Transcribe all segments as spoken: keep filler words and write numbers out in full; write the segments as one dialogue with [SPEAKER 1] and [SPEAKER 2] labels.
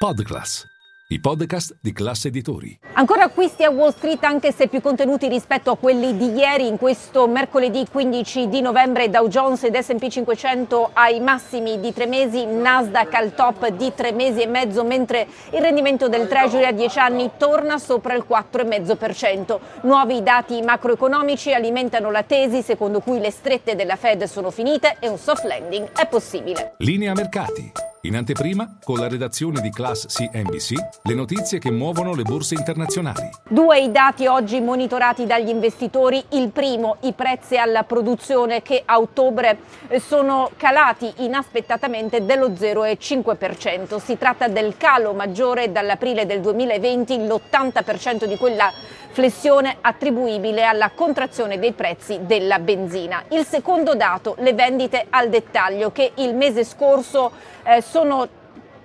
[SPEAKER 1] Podclass, i podcast di Class Editori.
[SPEAKER 2] Ancora acquisti a Wall Street, anche se più contenuti rispetto a quelli di ieri. In questo mercoledì quindici di novembre Dow Jones ed esse and pi cinquecento ai massimi di tre mesi, Nasdaq al top di tre mesi e mezzo, mentre il rendimento del Treasury a dieci anni torna sopra il quattro virgola cinque per cento. Nuovi dati macroeconomici alimentano la tesi secondo cui le strette della Fed sono finite e un soft landing è possibile.
[SPEAKER 1] Linea mercati. In anteprima, con la redazione di Class C N B C, le notizie che muovono le borse internazionali.
[SPEAKER 2] Due i dati oggi monitorati dagli investitori. Il primo, i prezzi alla produzione che a ottobre sono calati inaspettatamente dello zero virgola cinque per cento. Si tratta del calo maggiore dall'aprile del duemilaventi, l'ottanta per cento di quella flessione attribuibile alla contrazione dei prezzi della benzina. Il secondo dato, le vendite al dettaglio, che il mese scorso eh, sono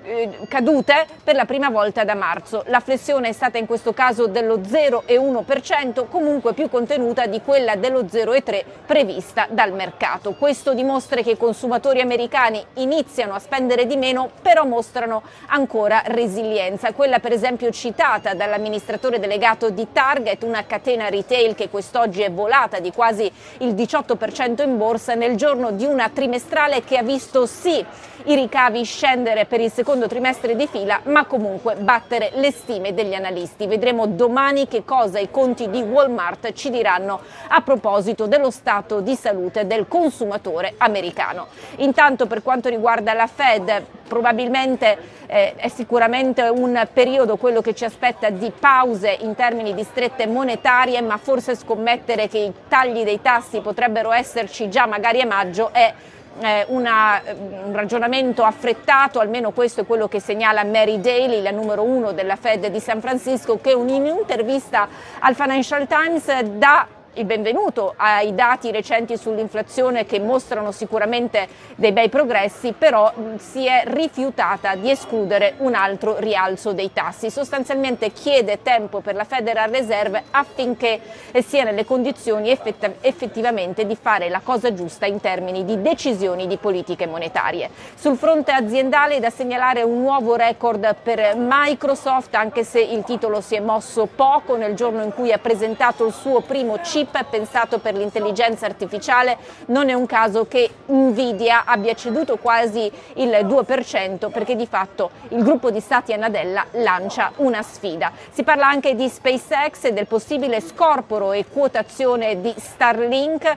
[SPEAKER 2] cadute per la prima volta da marzo. La flessione è stata in questo caso dello zero virgola uno per cento, comunque più contenuta di quella dello zero virgola tre per cento prevista dal mercato. Questo dimostra che i consumatori americani iniziano a spendere di meno, però mostrano ancora resilienza. Quella per esempio citata dall'amministratore delegato di Target, una catena retail che quest'oggi è volata di quasi il diciotto per cento in borsa nel giorno di una trimestrale che ha visto sì i ricavi scendere per il secondo trimestre di fila, ma comunque battere le stime degli analisti. Vedremo domani che cosa i conti di Walmart ci diranno a proposito dello stato di salute del consumatore americano. Intanto, per quanto riguarda la Fed, probabilmente eh, è sicuramente un periodo, quello che ci aspetta, di pause in termini di strette monetarie, ma forse scommettere che i tagli dei tassi potrebbero esserci già magari a maggio è Eh, una, un ragionamento affrettato. Almeno questo è quello che segnala Mary Daly, la numero uno della Fed di San Francisco, che in un'intervista al Financial Times dà il benvenuto ai dati recenti sull'inflazione che mostrano sicuramente dei bei progressi, però si è rifiutata di escludere un altro rialzo dei tassi. Sostanzialmente chiede tempo per la Federal Reserve affinché sia nelle condizioni effett- effettivamente di fare la cosa giusta in termini di decisioni di politiche monetarie. Sul fronte aziendale è da segnalare un nuovo record per Microsoft, anche se il titolo si è mosso poco nel giorno in cui ha presentato il suo primo chip pensato per l'intelligenza artificiale. Non è un caso che Nvidia abbia ceduto quasi il due per cento, perché di fatto il gruppo di Satya Nadella lancia una sfida. Si parla anche di SpaceX e del possibile scorporo e quotazione di Starlink,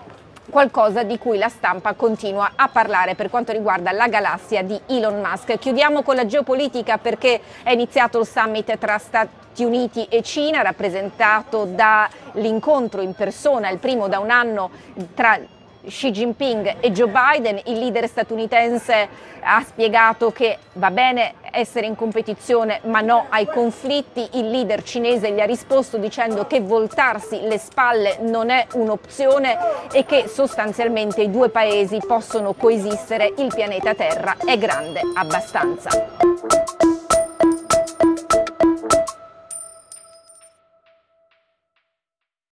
[SPEAKER 2] qualcosa di cui la stampa continua a parlare per quanto riguarda la galassia di Elon Musk. Chiudiamo con la geopolitica, perché è iniziato il summit tra Stati Uniti e Cina, rappresentato dall'incontro in persona, il primo da un anno, tra Xi Jinping e Joe Biden. Il leader statunitense ha spiegato che va bene essere in competizione ma no ai conflitti. Il leader cinese gli ha risposto dicendo che voltarsi le spalle non è un'opzione e che sostanzialmente i due paesi possono coesistere. Il pianeta Terra è grande abbastanza.